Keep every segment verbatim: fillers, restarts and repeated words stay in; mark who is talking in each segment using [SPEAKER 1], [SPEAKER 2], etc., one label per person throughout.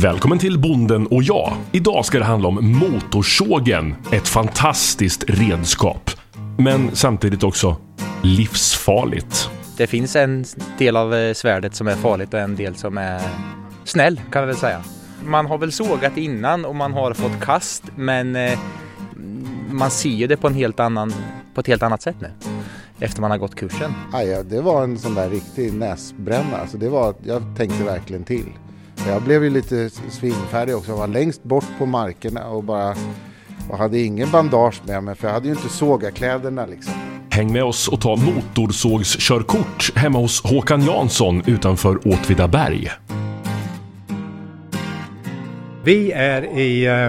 [SPEAKER 1] Välkommen till Bonden och jag. Idag ska det handla om motorsågen. Ett fantastiskt redskap. Men samtidigt också livsfarligt.
[SPEAKER 2] Det finns en del av svärdet som är farligt och en del som är snäll, kan jag väl säga. Man har väl sågat innan och man har fått kast, men eh, man ser ju det på, en helt annan, på ett helt annat sätt nu. Efter man har gått kursen.
[SPEAKER 3] Aj, ja, det var en sån där riktig näsbränna. Alltså det var, jag tänkte verkligen till. Jag blev ju lite svinfärdig också. Jag var längst bort på markerna och bara och hade ingen bandage med mig. För jag hade ju inte sågakläderna liksom.
[SPEAKER 1] Häng med oss och ta motorsågskörkort hemma hos Håkan Jansson utanför Åtvidaberg.
[SPEAKER 4] Vi är i eh,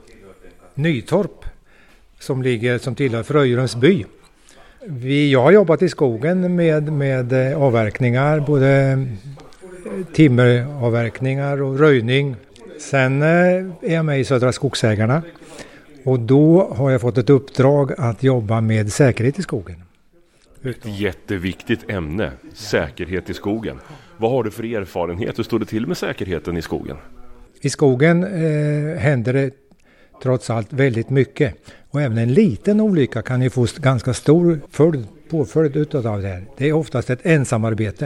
[SPEAKER 4] Nytorp som ligger som tillhör Fröjerums by. Vi, jag har jobbat i skogen med, med avverkningar, både timmeravverkningar och röjning. Sen är jag med i Södra Skogsägarna och då har jag fått ett uppdrag att jobba med säkerhet i skogen.
[SPEAKER 1] Ett jätteviktigt ämne, säkerhet i skogen. Vad har du för erfarenhet? Hur står det till med säkerheten i skogen?
[SPEAKER 4] I skogen eh, händer det trots allt väldigt mycket. Och även en liten olycka kan ju få ganska stor följd, påföljd utav det här. Det är oftast ett ensamarbete.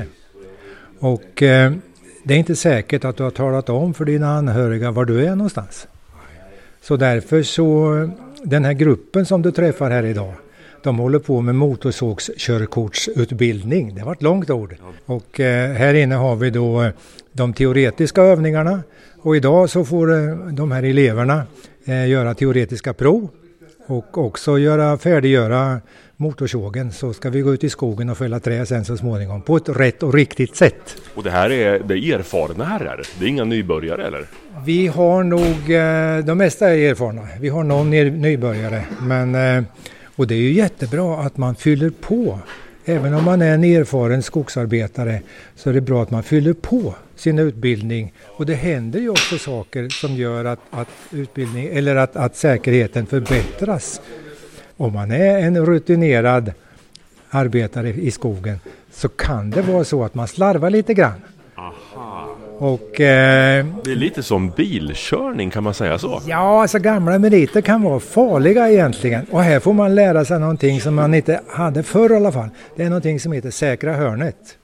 [SPEAKER 4] Och eh, det är inte säkert att du har talat om för dina anhöriga var du är någonstans. Så därför så, den här gruppen som du träffar här idag, de håller på med motorsågskörkortsutbildning. Det var ett långt ord. Och eh, här inne har vi då de teoretiska övningarna. Och idag så får eh, de här eleverna eh, göra teoretiska prov. Och också göra, färdiggöra motorsågen, så ska vi gå ut i skogen och fälla trä sen så småningom på ett rätt och riktigt sätt.
[SPEAKER 1] Och det här är, det är erfarna herrar, det är inga nybörjare eller?
[SPEAKER 4] Vi har nog, de mesta är erfarna, vi har någon nybörjare, men, och det är ju jättebra att man fyller på. Även om man är en erfaren skogsarbetare så är det bra att man fyller på sin utbildning. Och det händer ju också saker som gör att, att, utbildning, eller att, att säkerheten förbättras. Om man är en rutinerad arbetare i skogen så kan det vara så att man slarvar lite grann.
[SPEAKER 1] Aha.
[SPEAKER 4] Och, eh,
[SPEAKER 1] det är lite som bilkörning, kan man säga så?
[SPEAKER 4] Ja, alltså gamla meriter kan vara farliga egentligen. Och här får man lära sig någonting som man inte hade förr i alla fall. Det är någonting som heter säkra hörnet.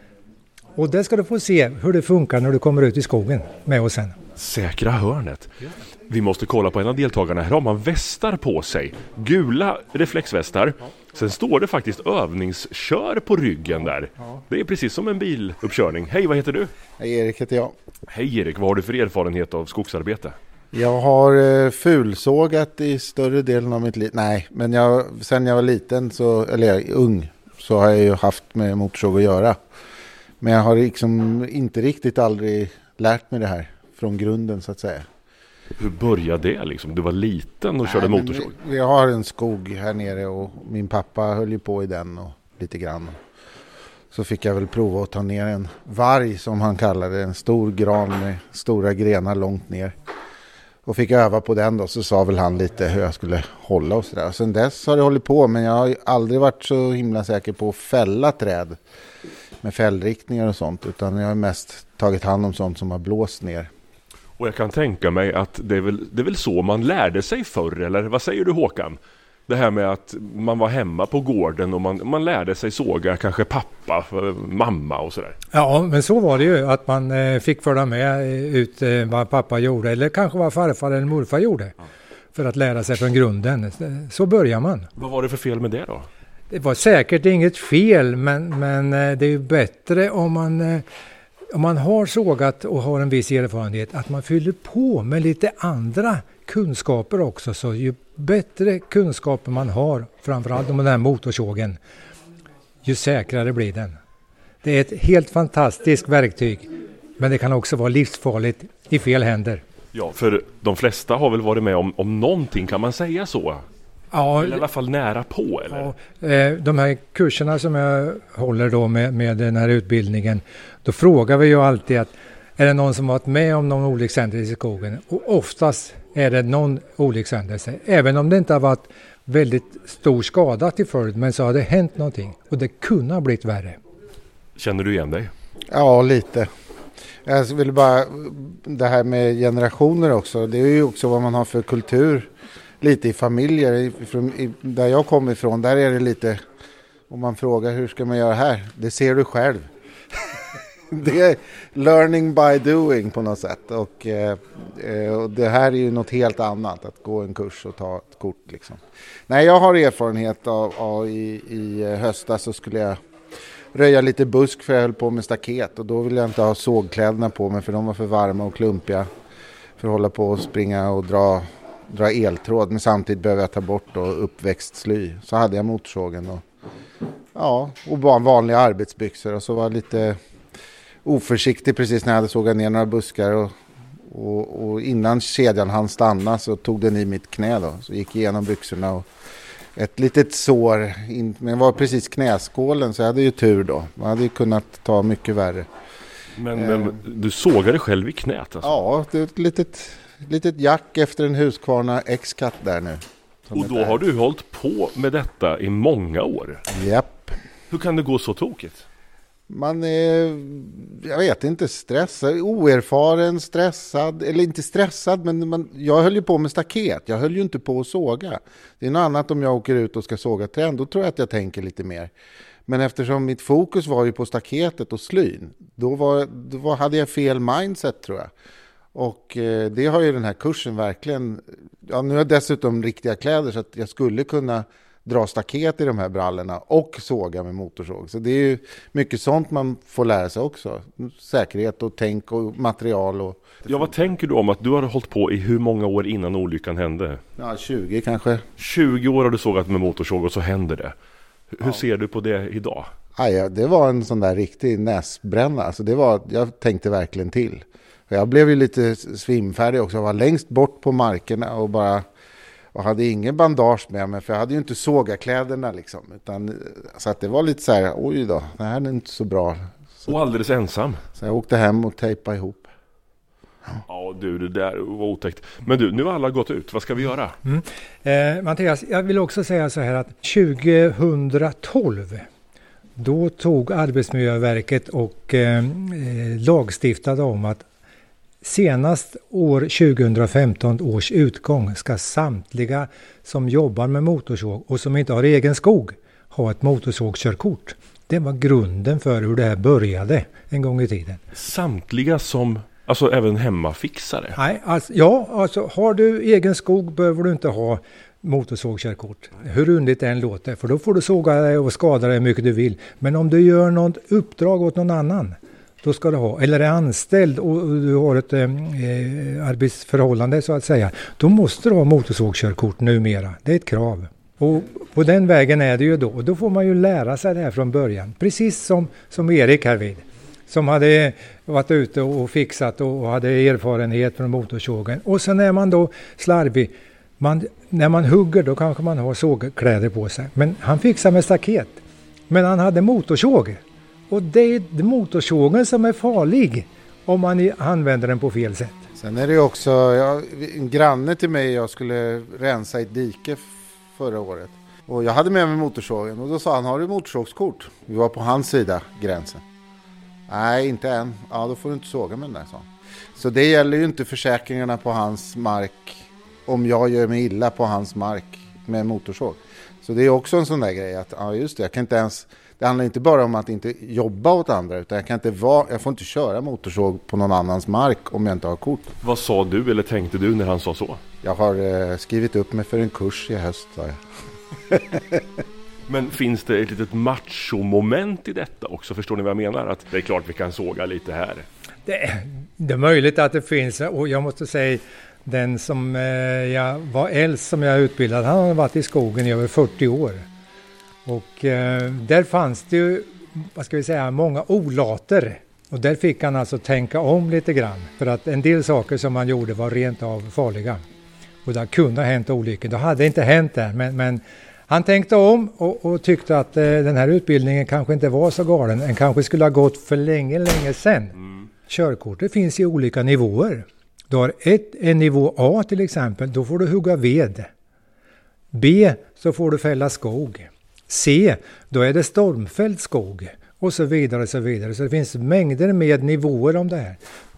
[SPEAKER 4] Och det ska du få se hur det funkar när du kommer ut i skogen med oss sen.
[SPEAKER 1] Säkra hörnet. Vi måste kolla på en av deltagarna. Här har man västar på sig. Gula reflexvästar. Sen står det faktiskt övningskör på ryggen där. Det är precis som en biluppkörning. Hej, vad heter du?
[SPEAKER 3] Hej, Erik heter jag.
[SPEAKER 1] Hej Erik, vad har du för erfarenhet av skogsarbete?
[SPEAKER 3] Jag har eh, fulsågat i större delen av mitt liv. Nej, men jag, sen jag var liten, så, eller jag är ung, så har jag ju haft med motorsåg att göra. Men jag har liksom inte riktigt aldrig lärt mig det här från grunden så att säga.
[SPEAKER 1] Hur började det liksom? Du var liten och
[SPEAKER 3] Nej,
[SPEAKER 1] körde motorsåg?
[SPEAKER 3] Vi, vi har en skog här nere och min pappa höll ju på i den och lite grann. Så fick jag väl prova att ta ner en varg som han kallade, en stor gran med stora grenar långt ner. Och fick öva på den då, så sa väl han lite hur jag skulle hålla och sådär. Sen dess har det hållit på, men jag har ju aldrig varit så himla säker på att fälla träd med fällriktningar och sånt, utan jag har mest tagit hand om sånt som har blåst ner.
[SPEAKER 1] Och jag kan tänka mig att det är väl, det är väl så man lärde sig förr, eller vad säger du Håkan? Det här med att man var hemma på gården och man, man lärde sig såga kanske pappa, mamma och sådär.
[SPEAKER 4] Ja, men så var det ju, att man eh, fick följa med ut eh, vad pappa gjorde, eller kanske vad farfar eller morfar gjorde, ja, för att lära sig från grunden. Så börjar man. Vad
[SPEAKER 1] var det för fel med det då?
[SPEAKER 4] Det var säkert inget fel, men, men eh, det är ju bättre om man... Eh, Om man har sågat och har en viss erfarenhet, att man fyller på med lite andra kunskaper också. Så ju bättre kunskaper man har, framförallt om den här motorsågen, ju säkrare blir den. Det är ett helt fantastiskt verktyg, men det kan också vara livsfarligt i fel händer.
[SPEAKER 1] Ja, för de flesta har väl varit med om, om någonting, kan man säga så? Ja, eller i alla fall nära på, eller?
[SPEAKER 4] Ja, de här kurserna som jag håller då med, med den här utbildningen, då frågar vi ju alltid att är det någon som varit med om någon olyckshändelse i skogen? Och oftast är det någon olyckshändelse, även om det inte har varit väldigt stor skada till följd, men så har det hänt någonting och det kunde ha blivit värre.
[SPEAKER 1] Känner du igen dig?
[SPEAKER 3] Ja, lite. Jag vill bara det här med generationer också. Det är ju också vad man har för kultur lite i familjer. I, i, där jag kommer ifrån, där är det lite, om man frågar hur ska man göra här? Det ser du själv. Det är learning by doing på något sätt. Och, eh, och det här är ju något helt annat, att gå en kurs och ta ett kort liksom. Nej, jag har erfarenhet av, av i, i höstas så skulle jag röja lite busk för jag höll på med staket. Och då ville jag inte ha sågkläderna på mig för de var för varma och klumpiga. För att hålla på och springa och dra, dra eltråd. Men samtidigt behöver jag ta bort då uppväxt sly. Så hade jag motorsågen och, ja, och bara vanliga arbetsbyxor. Och så var jag lite oförsiktig precis när jag hade sågat ner några buskar. Och, och, och innan kedjan hann stanna så tog den i mitt knä då. Så gick igenom byxorna och ett litet sår. In, men det var precis knäskålen så jag hade ju tur då. Man hade ju kunnat ta mycket värre.
[SPEAKER 1] Men, men eh, du sågade själv i knät alltså?
[SPEAKER 3] Ja, det är ett litet, litet jack efter en Husqvarna X-Cut där nu.
[SPEAKER 1] Och då har du hållit på med detta i många år?
[SPEAKER 3] Japp.
[SPEAKER 1] Hur kan det gå så tokigt?
[SPEAKER 3] Man är, jag vet inte, stressad, oerfaren, stressad, eller inte stressad, men man, jag höll ju på med staket, jag höll ju inte på att såga. Det är något annat om jag åker ut och ska såga träd, då tror jag att jag tänker lite mer. Men eftersom mitt fokus var ju på staketet och slyn, då, var, då var, hade jag fel mindset tror jag. Och eh, det har ju den här kursen verkligen, ja nu har jag dessutom riktiga kläder så att jag skulle kunna dra staket i de här brallorna och såga med motorsåg. Så det är ju mycket sånt man får lära sig också. Säkerhet och tänk och material. Och...
[SPEAKER 1] Ja, vad tänker du om att du har hållit på i hur många år innan olyckan hände?
[SPEAKER 3] Ja, tjugo kanske.
[SPEAKER 1] tjugo år har du sågat med motorsåg och så händer det. Hur
[SPEAKER 3] ja.
[SPEAKER 1] ser du på det idag?
[SPEAKER 3] Ja, det var en sån där riktig näsbränna. Alltså det var, jag tänkte verkligen till. Jag blev ju lite svimfärdig också. Jag var längst bort på markerna och bara... Och hade ingen bandage med mig för jag hade ju inte sågakläderna liksom. Utan, så att det var lite så här, oj då, det här är inte så bra. Så,
[SPEAKER 1] och alldeles ensam.
[SPEAKER 3] Så jag åkte hem och tejpade ihop.
[SPEAKER 1] Ja, ja du, det där var otäckt. Men du, nu har alla gått ut, vad ska vi göra?
[SPEAKER 4] Mm. Eh, Mattias, jag vill också säga så här att tjugohundratolv då tog Arbetsmiljöverket och eh, lagstiftade om att senast år tjugohundrafemton års utgång ska samtliga som jobbar med motorsåg och som inte har egen skog ha ett motorsågskörkort. Det var grunden för hur det här började en gång i tiden.
[SPEAKER 1] Samtliga som, alltså även hemmafixare?
[SPEAKER 4] Nej, alltså, ja, alltså har du egen skog behöver du inte ha motorsågskörkort. Hur underligt det än låter, för då får du såga dig och skada dig hur mycket du vill. Men om du gör något uppdrag åt någon annan, då ska du ha, eller är anställd och du har ett eh, arbetsförhållande så att säga, då måste du ha motorsågskörkort numera. Det är ett krav. Och på den vägen är det ju då. Och då får man ju lära sig det här från början. Precis som, som Erik här vid. Som hade varit ute och fixat och hade erfarenhet från motorsågen. Och sen är man då slarvig. Man, när man hugger då kanske man har sågkläder på sig. Men han fixar med staket. Men han hade motorsåg. Och det är motorsågen som är farlig om man använder den på fel sätt.
[SPEAKER 3] Sen är det ju också, jag, en granne till mig, jag skulle rensa ett dike förra året. Och jag hade med mig motorsågen och då sa han, har du motorsågskort? Vi var på hans sida, gränsen. Nej, inte än. Ja, då får du inte såga med den där, sa han. Så det gäller ju inte försäkringarna på hans mark om jag gör mig illa på hans mark med motorsåg. Så det är också en sån där grej att, ja just det, jag kan inte ens... Det handlar inte bara om att inte jobba åt andra utan jag kan inte vara, jag får inte köra motorsåg på någon annans mark om jag inte har kort.
[SPEAKER 1] Vad sa du eller tänkte du när han sa så?
[SPEAKER 3] Jag har eh, skrivit upp mig för en kurs i höst, sa jag.
[SPEAKER 1] Men finns det ett litet macho-moment i detta också? Förstår ni vad jag menar? Att det är klart vi kan såga lite här.
[SPEAKER 4] Det, det är möjligt att det finns och jag måste säga den som eh, jag var äldst som jag utbildade, han har varit i skogen i över fyrtio år. Och eh, där fanns det ju, vad ska vi säga, många olater. Och där fick han alltså tänka om lite grann. För att en del saker som han gjorde var rent av farliga. Och det kunde ha hänt olyckor. Det hade inte hänt där. Men, men han tänkte om och, och tyckte att eh, den här utbildningen kanske inte var så galen. Den kanske skulle ha gått för länge, länge sedan. Mm. Körkortet finns i olika nivåer. Du har ett, en nivå A till exempel. Då får du hugga ved. B så får du fälla skog. C, då är det stormfälld skog och så vidare och så vidare. Så det finns mängder med nivåer om det här.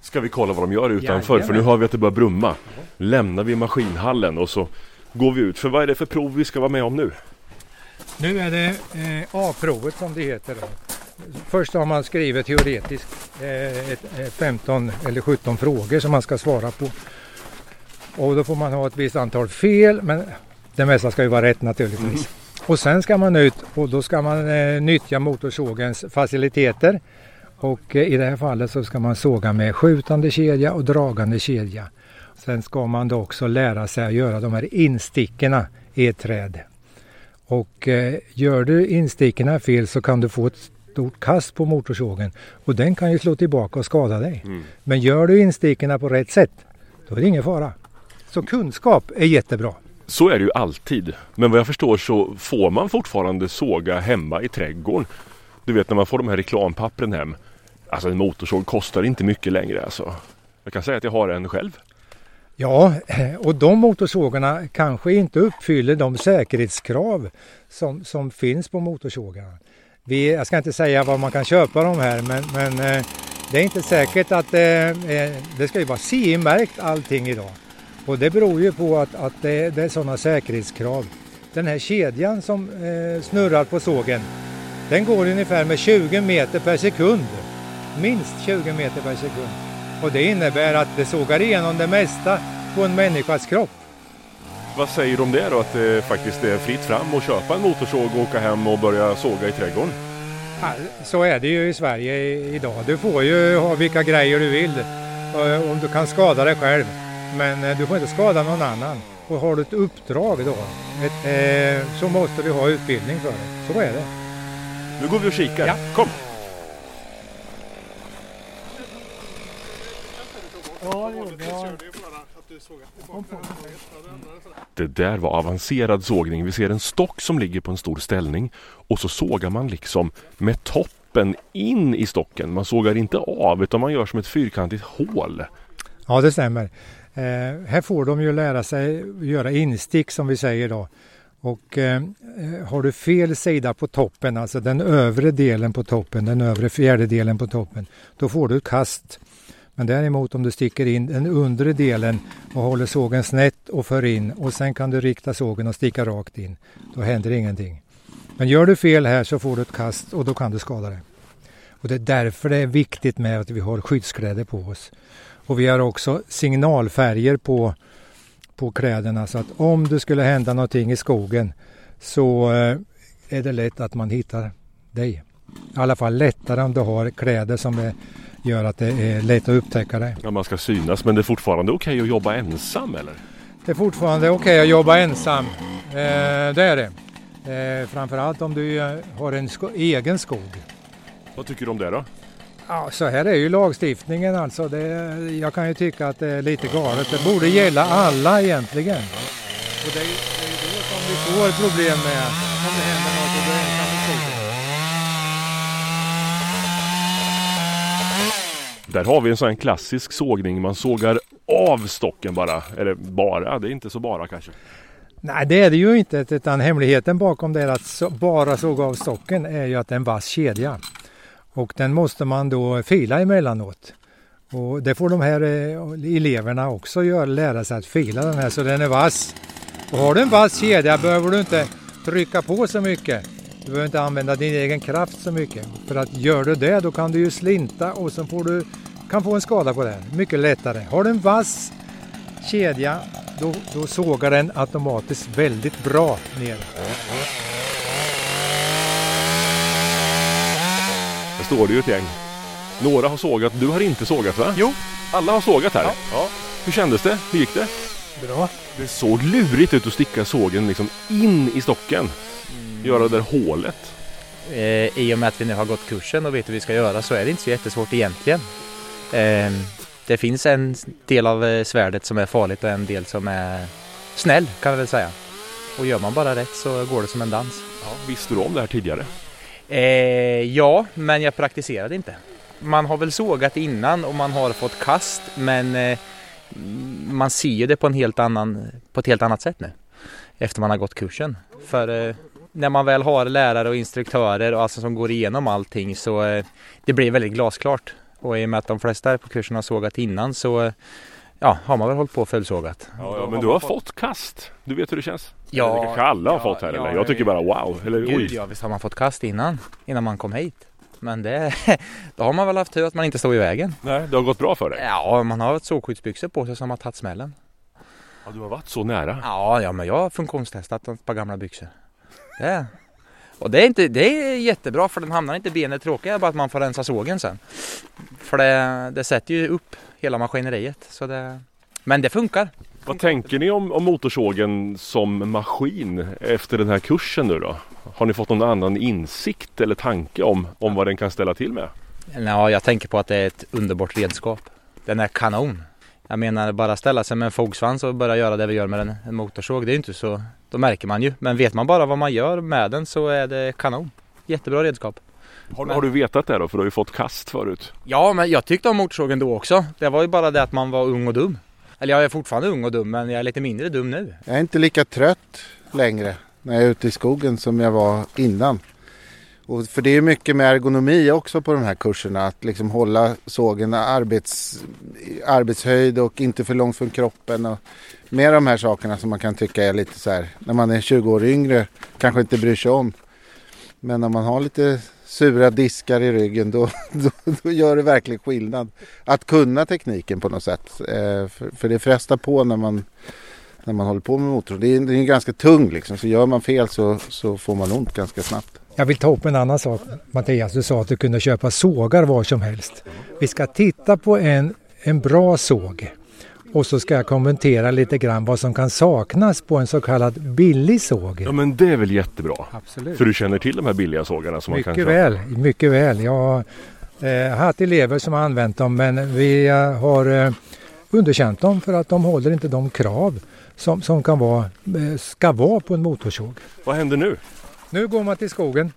[SPEAKER 1] Ska vi kolla vad de gör utanför?
[SPEAKER 4] Jajamän.
[SPEAKER 1] För nu hör vi att det börjar brumma. Lämnar vi maskinhallen och så går vi ut. För vad är det för prov vi ska vara med om nu?
[SPEAKER 4] Nu är det eh, A-provet som det heter då. Först har man skrivit teoretiskt eh, ett, ett femton eller sjutton frågor som man ska svara på. Och då får man ha ett visst antal fel, men det mesta ska ju vara rätt naturligtvis. Mm. Och sen ska man ut och då ska man eh, nyttja motorsågens faciliteter. Och eh, i det här fallet så ska man såga med skjutande kedja och dragande kedja. Sen ska man då också lära sig att göra de här instickorna i ett träd. Och eh, gör du instickorna fel så kan du få ett stort kast på motorsågen. Och den kan ju slå tillbaka och skada dig. Mm. Men gör du instickorna på rätt sätt, då är det ingen fara. Så kunskap är jättebra.
[SPEAKER 1] Så är det ju alltid. Men vad jag förstår så får man fortfarande såga hemma i trädgården. Du vet när man får de här reklampappren hem. Alltså en motorsåg kostar inte mycket längre. Alltså. Jag kan säga att jag har en själv.
[SPEAKER 4] Ja, och de motorsågarna kanske inte uppfyller de säkerhetskrav som, som finns på motorsågarna. Vi, jag ska inte säga vad man kan köpa de här, men, men eh, det är inte säkert att eh, det ska ju vara C E-märkt allting idag. Och det beror ju på att, att det, det är sådana säkerhetskrav. Den här kedjan som eh, snurrar på sågen, den går ungefär med tjugo meter per sekund. Minst tjugo meter per sekund. Och det innebär att det sågar igenom det mesta på en människas kropp.
[SPEAKER 1] Vad säger du om det då? Att det faktiskt är fritt fram och köpa en motorsåg och åka hem och börja såga i trädgården?
[SPEAKER 4] Ja, så är det ju i Sverige idag. Du får ju ha vilka grejer du vill. Om du kan skada dig själv. Men du får inte skada någon annan. Och har du ett uppdrag då ett, eh, så måste du ha utbildning för det. Så är det.
[SPEAKER 1] Nu går vi och kikar.
[SPEAKER 4] Ja.
[SPEAKER 1] Kom! Det där var avancerad sågning. Vi ser en stock som ligger på en stor ställning och så sågar man liksom med toppen in i stocken. Man sågar inte av utan man gör som ett fyrkantigt hål.
[SPEAKER 4] Ja, det stämmer. Eh, här får de ju lära sig göra instick som vi säger då. Och eh, har du fel sida på toppen, alltså den övre delen på toppen, den övre fjärdedelen på toppen, då får du ett kast. Men däremot om du sticker in den undre delen och håller sågen snett och för in och sen kan du rikta sågen och sticka rakt in, då händer ingenting. Men gör du fel här så får du ett kast och då kan du skada dig. Och det är därför det är viktigt med att vi har skyddskläder på oss. Och vi har också signalfärger på, på kläderna så att om det skulle hända någonting i skogen så är det lätt att man hittar dig. I alla fall lättare om du har kläder som är, gör att det är lätt att upptäcka dig.
[SPEAKER 1] Ja, man ska synas, men det är fortfarande okej okay att jobba ensam eller?
[SPEAKER 4] Det är fortfarande okej okay att jobba ensam. Eh, det är det. Eh, framförallt om du har en sko- egen skog.
[SPEAKER 1] Vad tycker du om det då?
[SPEAKER 4] Ja, så här är ju lagstiftningen alltså. Det, jag kan ju tycka att det är lite galet. Det borde gälla alla egentligen. Och det är, det är ju det som vi får problem med om det händer något och du är ensam i skogen.
[SPEAKER 1] Där har vi en sån här klassisk sågning. Man sågar av stocken bara. Eller bara, det är inte så bara kanske.
[SPEAKER 4] Nej, det är det ju inte. Utan hemligheten bakom det är att så, bara såga av stocken är ju att det är en vass kedja. Och den måste man då fila emellanåt. Och det får de här eh, eleverna också göra, lära sig att fila den här så den är vass. Och har du en vass kedja behöver du inte trycka på så mycket. Du behöver inte använda din egen kraft så mycket. För att gör du det då kan du ju slinta och så får du, kan få en skada på den. Mycket lättare. Har du en vass kedja då, då sågar den automatiskt väldigt bra ner.
[SPEAKER 1] Det står det ju ett gäng. Några har sågat, du har inte sågat va?
[SPEAKER 4] Jo.
[SPEAKER 1] Alla har sågat här?
[SPEAKER 4] Ja.
[SPEAKER 1] Ja. Hur kändes det? Hur gick det?
[SPEAKER 4] Bra.
[SPEAKER 1] Det såg lurigt ut att sticka sågen liksom in i stocken. Mm. Göra det där hålet.
[SPEAKER 2] Eh, I och med att vi nu har gått kursen och vet hur vi ska göra så är det inte så jättesvårt egentligen. Eh, det finns en del av svärdet som är farligt och en del som är snäll kan vi väl säga. Och gör man bara rätt så går det som en dans.
[SPEAKER 1] Ja, visste du om det här tidigare?
[SPEAKER 2] Eh, ja, men jag praktiserade inte. Man har väl sågat innan och man har fått kast, men eh, man ser ju det på, en helt annan, på ett helt annat sätt nu. Efter man har gått kursen. För eh, när man väl har lärare och instruktörer och alltså som går igenom allting så eh, det blir väldigt glasklart Och i och med att de flesta på kursen har sågat innan så ja, har man väl hållit på fullsågat.
[SPEAKER 1] Ja, ja, men du har fått kast. Du vet hur det känns.
[SPEAKER 2] Ja,
[SPEAKER 1] det kanske alla har
[SPEAKER 2] ja,
[SPEAKER 1] fått här.
[SPEAKER 2] ja,
[SPEAKER 1] eller? Jag tycker bara wow. Eller,
[SPEAKER 2] Gud,
[SPEAKER 1] oj.
[SPEAKER 2] ja, visst har man fått kast innan. Innan man kom hit. Men det, då har man väl haft tur att man inte står i vägen.
[SPEAKER 1] Nej, det har gått bra för dig.
[SPEAKER 2] Ja, man har ett sågskyddsbyxor på sig som har tagit smällen.
[SPEAKER 1] Ja, du har varit så nära.
[SPEAKER 2] Ja, ja, men jag har funktionstestat ett par gamla byxor. Det. Och det är, inte, det är jättebra för den hamnar inte benet tråkiga, bara att man får rensa sågen sen. För det, det sätter ju upp hela maskineriet. Så det, men det funkar.
[SPEAKER 1] Vad tänker ni om, om motorsågen som maskin efter den här kursen nu då? Har ni fått någon annan insikt eller tanke om, om vad den kan ställa till med?
[SPEAKER 2] Ja, jag tänker på att det är ett underbart redskap. Den är kanon. Jag menar, bara ställa sig med en fogsvans och börja göra det vi gör med en, en motorsåg, det är ju inte så, då märker man ju. Men vet man bara vad man gör med den så är det kanon. Jättebra redskap.
[SPEAKER 1] Har, har du vetat det då? För du har ju fått kast förut.
[SPEAKER 2] Ja, men jag tyckte om motorsågen då också. Det var ju bara det att man var ung och dum. Eller jag är fortfarande ung och dum, men jag är lite mindre dum nu.
[SPEAKER 3] Jag är inte lika trött längre när jag är ute i skogen som jag var innan. Och för det är mycket med ergonomi också på de här kurserna. Att liksom hålla sågen arbets, arbetshöjd och inte för långt från kroppen. Och med de här sakerna som man kan tycka är lite så här, när man är tjugo år yngre kanske inte bryr sig om. Men när man har lite sura diskar i ryggen då, då, då gör det verkligen skillnad. Att kunna tekniken på något sätt. Eh, för, för det frestar på när man, när man håller på med motor. Det är, det är ganska tung liksom, så gör man fel så, så får man ont ganska snabbt.
[SPEAKER 4] Jag vill ta upp en annan sak, Mattias. Du sa att du kunde köpa sågar var som helst. Vi ska titta på en, en bra såg. Och så ska jag kommentera lite grann vad som kan saknas på en så kallad billig såg.
[SPEAKER 1] Ja, men det är väl jättebra.
[SPEAKER 4] Absolut.
[SPEAKER 1] För du känner till de här billiga sågarna som
[SPEAKER 4] mycket
[SPEAKER 1] man kan
[SPEAKER 4] väl, mycket väl. Jag har eh, haft elever som har använt dem, men vi eh, har eh, underkänt dem för att de håller inte de krav som, som kan vara, eh, ska vara på en motorsåg.
[SPEAKER 1] Vad händer nu?
[SPEAKER 4] Nu går man till skogen.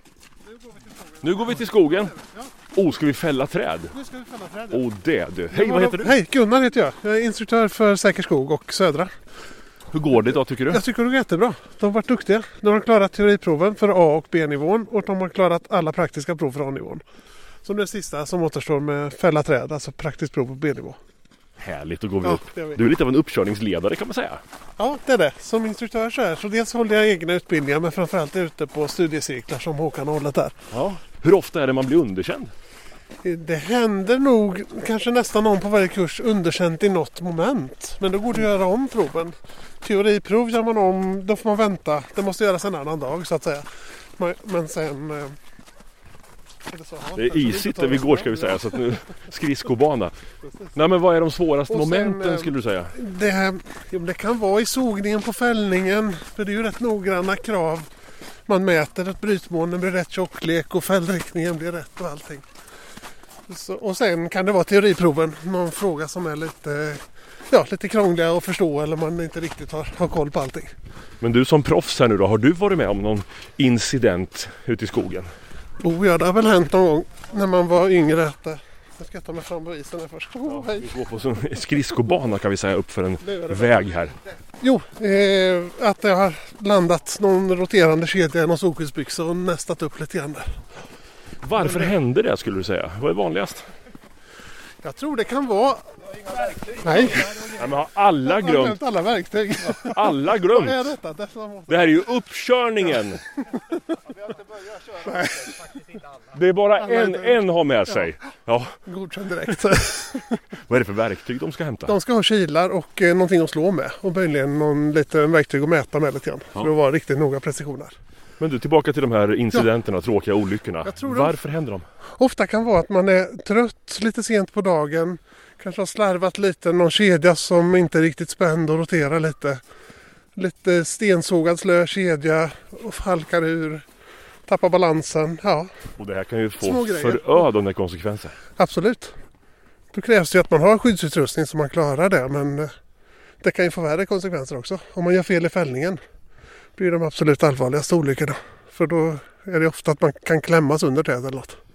[SPEAKER 1] Nu går vi till skogen. Oh, ska vi fälla träd?
[SPEAKER 5] Nu ska vi fälla träd.
[SPEAKER 1] Oh, det du. Hej, vad heter du?
[SPEAKER 5] Hej, Gunnar heter jag. Jag är instruktör för Säker skog och Södra.
[SPEAKER 1] Hur går det idag tycker du?
[SPEAKER 5] Jag tycker det går jättebra. De har varit duktiga. De har klarat teoriproven för A- och B-nivån och de har klarat alla praktiska prov för A-nivån. Som det sista som återstår med fälla träd, alltså praktiskt prov på B-nivå.
[SPEAKER 1] Härligt, då går vi
[SPEAKER 5] Ja,
[SPEAKER 1] upp.
[SPEAKER 5] det gör vi.
[SPEAKER 1] Du är lite av en uppkörningsledare kan man säga.
[SPEAKER 5] Ja, det är det. Som instruktör så är så dels håller jag egna utbildningar men framförallt ute på studiecirklar som Håkan har hållit där.
[SPEAKER 1] Ja. Hur ofta är det man blir underkänd?
[SPEAKER 5] Det händer nog kanske nästan någon på varje kurs underkänt i något moment. Men då går det att göra om proven. Teoriprov gör man om, då får man vänta. Det måste göras en annan dag så att säga. Men sen... eh, Är det, så? Ja,
[SPEAKER 1] Det är isigt där vi går ska vi säga, så att nu skridskobana. Nej, men vad är de svåraste
[SPEAKER 5] Och sen,
[SPEAKER 1] momenten
[SPEAKER 5] eh,
[SPEAKER 1] skulle du säga?
[SPEAKER 5] Det, här, jo, det kan vara i sågningen på fällningen. För det är ju rätt noggranna krav. Man mäter att brytmånen blir rätt tjocklek och fällriktningen blir rätt och allting. Så, och sen kan det vara teoriproven. Någon fråga som är lite, ja, lite krångliga att förstå eller man inte riktigt har, har koll på allting.
[SPEAKER 1] Men du som proffs här nu då, har du varit med om någon incident ute i skogen?
[SPEAKER 5] Oh ja, det har väl hänt någon gång när man var yngre. Att, eh, jag ska ta mig fram på isen här först. Oh, hej.
[SPEAKER 1] Vi går på en skridskobana kan vi säga upp för en
[SPEAKER 5] Det är det.
[SPEAKER 1] väg här.
[SPEAKER 5] Jo, eh, att det har landat någon roterande kedja i någon solskyddsbyxa och nästat upp lite grann där.
[SPEAKER 1] Varför hände det skulle du säga? Vad är vanligast?
[SPEAKER 5] Jag tror det kan vara... Nej,
[SPEAKER 1] Ja, men har alla
[SPEAKER 5] jag har
[SPEAKER 1] glömt?
[SPEAKER 5] glömt alla verktyg.
[SPEAKER 1] Alla
[SPEAKER 5] Vad är
[SPEAKER 1] glömt?
[SPEAKER 5] detta? Detta måste...
[SPEAKER 1] Det här är ju uppkörningen. Det är bara en, en har med sig. Ja.
[SPEAKER 5] Godkänd direkt.
[SPEAKER 1] Vad är det för verktyg de ska hämta?
[SPEAKER 5] De ska ha kilar och eh, någonting att slå med. Och möjligen någon liten verktyg att mäta med lite grann.
[SPEAKER 1] Ja.
[SPEAKER 5] För att vara riktigt noga precision här.
[SPEAKER 1] Men du, tillbaka till de här incidenterna, tråkiga olyckorna.
[SPEAKER 5] Jag tror de-
[SPEAKER 1] Varför händer de?
[SPEAKER 5] Ofta kan vara att man är trött lite sent på dagen. Kanske har slarvat lite. Någon kedja som inte är riktigt spänd och roterar lite. Lite stensågad slö kedja och halkar ur. Tappar balansen. Ja,
[SPEAKER 1] Och det här kan ju
[SPEAKER 5] Små
[SPEAKER 1] få
[SPEAKER 5] grejer.
[SPEAKER 1] förödande konsekvenser.
[SPEAKER 5] absolut. Då krävs det ju att man har skyddsutrustning så man klarar det. Men eh, det kan ju få värre konsekvenser också. Om man gör fel i fällningen blir de absolut allvarligaste olyckorna. För då är det ofta att man kan klämmas under träd eller något.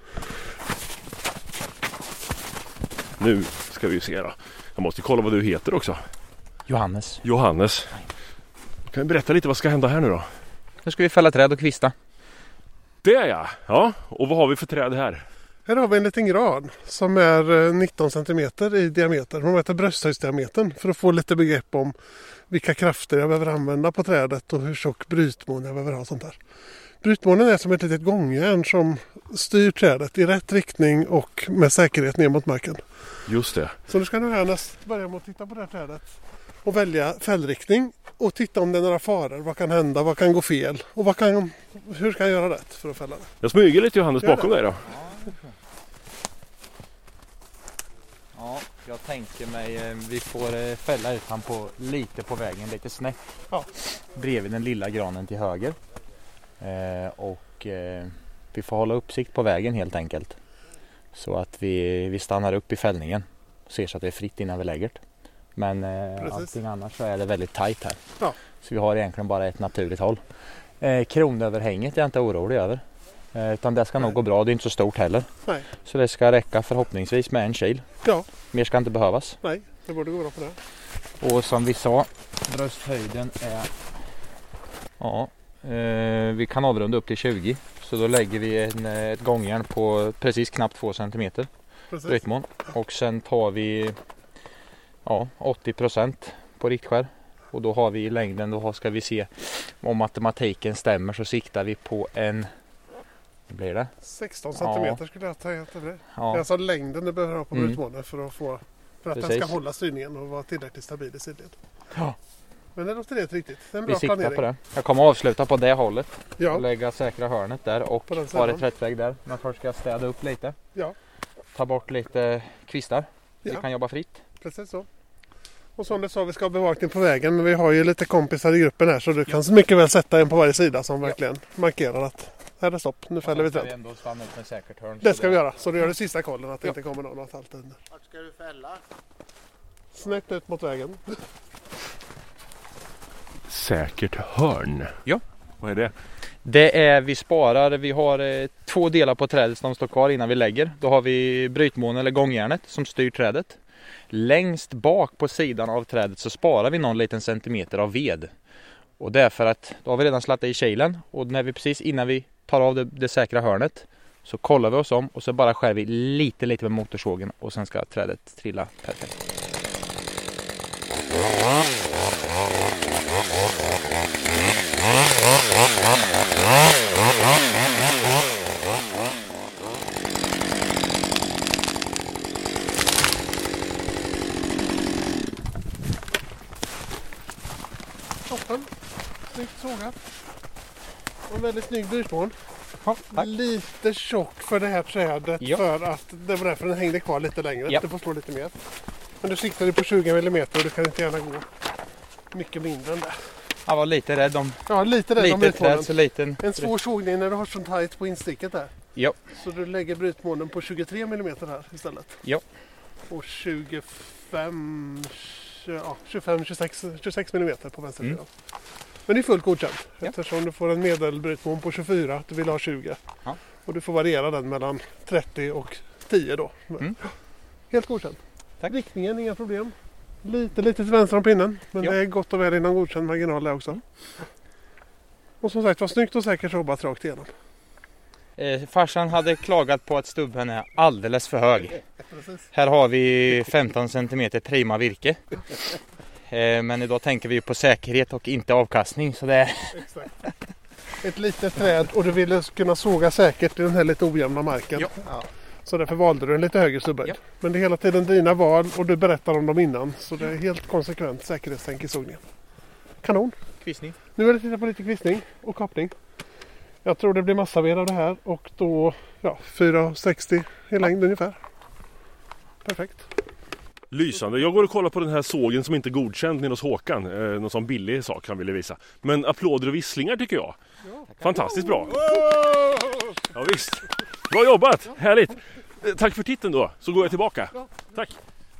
[SPEAKER 1] Nu ska vi ju se då. Jag måste kolla vad du heter också.
[SPEAKER 2] Johannes.
[SPEAKER 1] Johannes. Kan du berätta lite vad ska hända här nu då?
[SPEAKER 2] Nu ska vi fälla träd och kvista.
[SPEAKER 1] Det är jag. Ja. Och vad har vi för träd här?
[SPEAKER 5] Här har vi en liten gran som är nitton centimeter i diameter. Man mäter brösthöjdsdiametern för att få lite begrepp om vilka krafter jag behöver använda på trädet och hur tjock brytmån jag behöver ha sånt här. Brytmånen är som ett litet gångjärn som styr trädet i rätt riktning och med säkerhet ner mot marken.
[SPEAKER 1] Just det.
[SPEAKER 5] Så nu ska du härnäst börja med att titta på det här trädet och välja fällriktning och titta om det är några faror. Vad kan hända? Vad kan gå fel? Och vad kan, hur kan jag göra rätt för att fälla det?
[SPEAKER 1] Jag smyger lite Johannes bakom dig då.
[SPEAKER 2] Ja, jag tänker mig vi får fälla ut han på lite på vägen, lite snett.
[SPEAKER 5] Ja.
[SPEAKER 2] Bredvid den lilla granen till höger. Eh, och eh, vi får hålla uppsikt på vägen helt enkelt. Så att vi, vi stannar upp i fällningen och ser så att det är fritt innan vi lägger det. Men eh, allting annars så är det väldigt tajt här.
[SPEAKER 5] Ja.
[SPEAKER 2] Så vi har egentligen bara ett naturligt håll. Eh, kronöverhänget är jag inte orolig över. Eh, utan det ska nog gå bra, det är inte så stort heller.
[SPEAKER 5] Nej.
[SPEAKER 2] Så det ska räcka förhoppningsvis med en kil.
[SPEAKER 5] Ja.
[SPEAKER 2] Mer ska inte behövas.
[SPEAKER 5] Nej, det borde gå bra på det.
[SPEAKER 2] Och som vi sa, brösthöjden är... Ja, eh, vi kan avrunda upp till tjugo. Så då lägger vi en, ett gångjärn på precis knappt två centimeter. Brytmån. Och sen tar vi ja, åttio procent på riktskär. Och då har vi i längden, då ska vi se om matematiken stämmer, så siktar vi på en... Vad blir det?
[SPEAKER 5] sexton centimeter ja. Skulle jag säga att det blir.
[SPEAKER 2] Ja.
[SPEAKER 5] Det är alltså längden du behöver ha på
[SPEAKER 2] Mm.
[SPEAKER 5] brytmånen för att, få, för att
[SPEAKER 2] Precis.
[SPEAKER 5] den ska hålla styrningen och vara tillräckligt stabil i sidled.
[SPEAKER 2] Ja.
[SPEAKER 5] Men det låter helt riktigt. Det är en
[SPEAKER 2] Vi
[SPEAKER 5] bra
[SPEAKER 2] siktar
[SPEAKER 5] planering.
[SPEAKER 2] på det. Jag kommer avsluta på det hållet.
[SPEAKER 5] Ja.
[SPEAKER 2] Och lägga säkra hörnet där och
[SPEAKER 5] På den
[SPEAKER 2] ha
[SPEAKER 5] sidan.
[SPEAKER 2] ett rättväg där. Men först ska jag städa upp lite.
[SPEAKER 5] Ja.
[SPEAKER 2] Ta bort lite kvistar. Vi
[SPEAKER 5] Ja.
[SPEAKER 2] kan jobba fritt.
[SPEAKER 5] Precis så. Och som du sa, vi ska ha bevakning på vägen, men vi har ju lite kompisar i gruppen här så du kan så mycket väl sätta en på varje sida som verkligen markerar att här är stopp, nu fäller vi
[SPEAKER 2] Ska vi
[SPEAKER 5] träd.
[SPEAKER 2] ändå stanna upp med säkert hörn.
[SPEAKER 5] Det
[SPEAKER 2] så
[SPEAKER 5] ska vi göra, så du gör det sista kollen att det
[SPEAKER 2] Ja.
[SPEAKER 5] inte kommer någon åt allt under.
[SPEAKER 3] Vart ska du fälla?
[SPEAKER 5] Snett ut mot vägen.
[SPEAKER 1] Säkert hörn.
[SPEAKER 2] Ja.
[SPEAKER 1] Vad är det?
[SPEAKER 2] Det är, vi sparar, vi har eh, två delar på trädet som står kvar innan vi lägger. Då har vi brytmån eller gångjärnet som styr trädet. Längst bak på sidan av trädet så sparar vi någon liten centimeter av ved. Och det är för att då har vi redan slattat i kilen och när vi precis innan vi tar av det, det säkra hörnet så kollar vi oss om och så bara skär vi lite lite med motorsågen och sen ska trädet trilla perfekt.
[SPEAKER 5] Toppen. Snyggt sågat. Och en väldigt snygg brytmån.
[SPEAKER 2] Ja, tack.
[SPEAKER 5] Lite tjock för det här trädet
[SPEAKER 2] Ja.
[SPEAKER 5] för att det var därför den hängde kvar lite längre.
[SPEAKER 2] Ja.
[SPEAKER 5] Du får slå lite mer. Men du siktade på tjugo millimeter och du kan inte gärna gå mycket mindre än det.
[SPEAKER 2] Jag var lite rädd om
[SPEAKER 5] Ja, lite rädd om
[SPEAKER 2] lite
[SPEAKER 5] brytmånen.
[SPEAKER 2] träd så liten.
[SPEAKER 5] En svår sågning när du har sånt tajt på insticket där.
[SPEAKER 2] Ja.
[SPEAKER 5] Så du lägger brytmånen på tjugotre millimeter här istället.
[SPEAKER 2] Ja.
[SPEAKER 5] Och tjugofem, ja, tjugofem tjugosex, tjugosex millimeter på vänster sida.
[SPEAKER 2] Mm.
[SPEAKER 5] Men det är fullt godkänt
[SPEAKER 2] Ja.
[SPEAKER 5] eftersom du får en medelbrytmån på tjugofyra, du vill ha tjugo.
[SPEAKER 2] Ja.
[SPEAKER 5] Och du får variera den mellan trettio och tio då.
[SPEAKER 2] Mm.
[SPEAKER 5] Helt godkänt.
[SPEAKER 2] Tack.
[SPEAKER 5] Riktningen, inga problem. Lite, lite till vänster om pinnen. Men
[SPEAKER 2] Ja.
[SPEAKER 5] det är gott och väl inom godkänd marginal där också. Och som sagt, var snyggt och säkert jobbat rakt igenom.
[SPEAKER 2] Eh, farsan hade klagat på att stubben är alldeles för hög.
[SPEAKER 5] Precis.
[SPEAKER 2] Här har vi femton centimeter prima virke. Eh, men idag tänker vi på säkerhet och inte avkastning. Så det är...
[SPEAKER 5] Exakt. Ett litet träd och du ville kunna såga säkert i den här lite ojämna marken.
[SPEAKER 2] Ja.
[SPEAKER 5] Ja. Så därför valde du en lite högre stubbhöjd.
[SPEAKER 2] Ja.
[SPEAKER 5] Men det är hela tiden dina val och du berättar om dem innan. Så det är helt konsekvent säkerhetstänk i sågningen. Kanon.
[SPEAKER 2] Kvistning.
[SPEAKER 5] Nu vill jag titta på lite kvistning och koppling. Jag tror det blir massaved av det här och då ja, fyra sextio i längd ungefär. Perfekt.
[SPEAKER 1] Lysande. Jag går och kollar på den här sågen som inte är godkänd nere hos Håkan. Eh, någon sån billig sak han ville visa. Men applåder och visslingar tycker jag. Fantastiskt bra. Ja visst. Bra jobbat. Härligt. Eh, tack för titeln då. Så går jag tillbaka. Tack.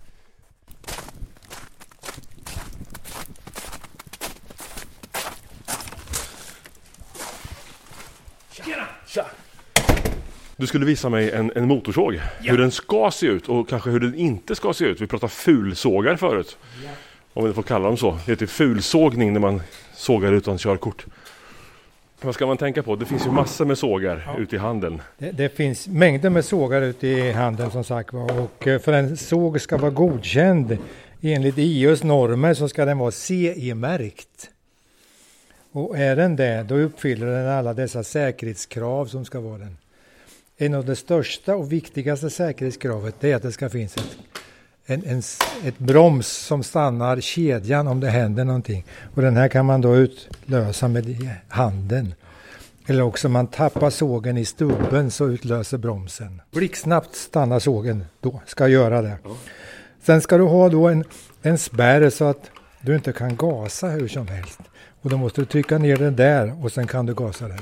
[SPEAKER 1] Tjena. Tja. Du skulle visa mig en, en motorsåg. Ja. Hur den ska se ut och kanske hur den inte ska se ut. Vi pratade fulsågar förut. Ja. Om vi får kalla dem så. Det heter fulsågning när man sågar utan körkort. Vad ska man tänka på? Det finns ju massor med sågar
[SPEAKER 4] Ja.
[SPEAKER 1] ute i handeln.
[SPEAKER 4] Det, det finns mängder med sågar ute i handeln som sagt var. Och eh, för en såg ska vara godkänd enligt E U:s normer så ska den vara C E-märkt. Och är den det, då uppfyller den alla dessa säkerhetskrav som ska vara den. En av de största och viktigaste säkerhetskravet det är att det ska finnas ett, en, en, ett broms som stannar kedjan om det händer någonting. Och den här kan man då utlösa med handen. Eller också man tappar sågen i stubben så utlöser bromsen. Blixtsnabbt stannar sågen då, ska göra det. Sen ska du ha då en, en spärr så att du inte kan gasa hur som helst. Och då måste du trycka ner den där och sen kan du gasa den.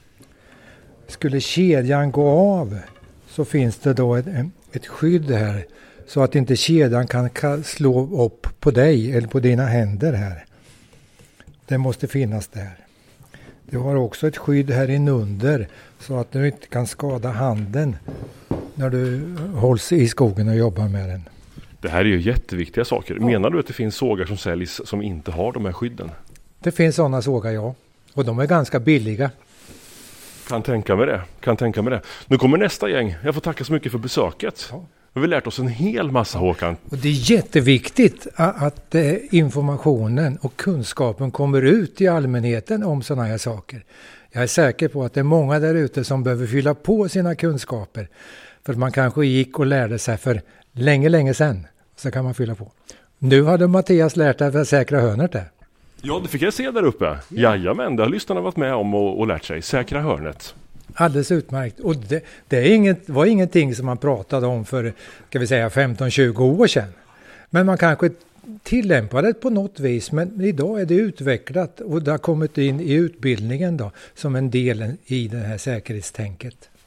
[SPEAKER 4] Skulle kedjan gå av så finns det då ett, ett skydd här så att inte kedjan kan slå upp på dig eller på dina händer här. Det måste finnas där. Du har också ett skydd här inunder så att du inte kan skada handen när du hålls i skogen och jobbar med den.
[SPEAKER 1] Det här är ju jätteviktiga saker. Ja. Menar du att det finns sågar som säljs som inte har de här skydden?
[SPEAKER 4] Det finns sådana sågar, ja. Och de är ganska billiga.
[SPEAKER 1] Kan tänka mig det. Kan tänka mig det. Nu kommer nästa gäng. Jag får tacka så mycket för besöket. Ja. Vi har lärt oss en hel massa, Håkan.
[SPEAKER 4] Och det är jätteviktigt att, att eh, informationen och kunskapen kommer ut till allmänheten om sådana här saker. Jag är säker på att det är många där ute som behöver fylla på sina kunskaper. För man kanske gick och lärde sig för länge, länge sedan. Så kan man fylla på. Nu hade Mattias lärt sig för Säkra Hörnet där.
[SPEAKER 1] Ja, det fick jag se där uppe. Ja. Jajamän, det har lyssnarna varit med om och, och lärt sig. Säkra Hörnet.
[SPEAKER 4] Alldeles utmärkt. Och det, det är inget, var ingenting som man pratade om för ska vi säga femton tjugo år sedan. Men man kanske tillämpade det på något vis. Men idag är det utvecklat och det har kommit in i utbildningen då, som en del i det här säkerhetstänket.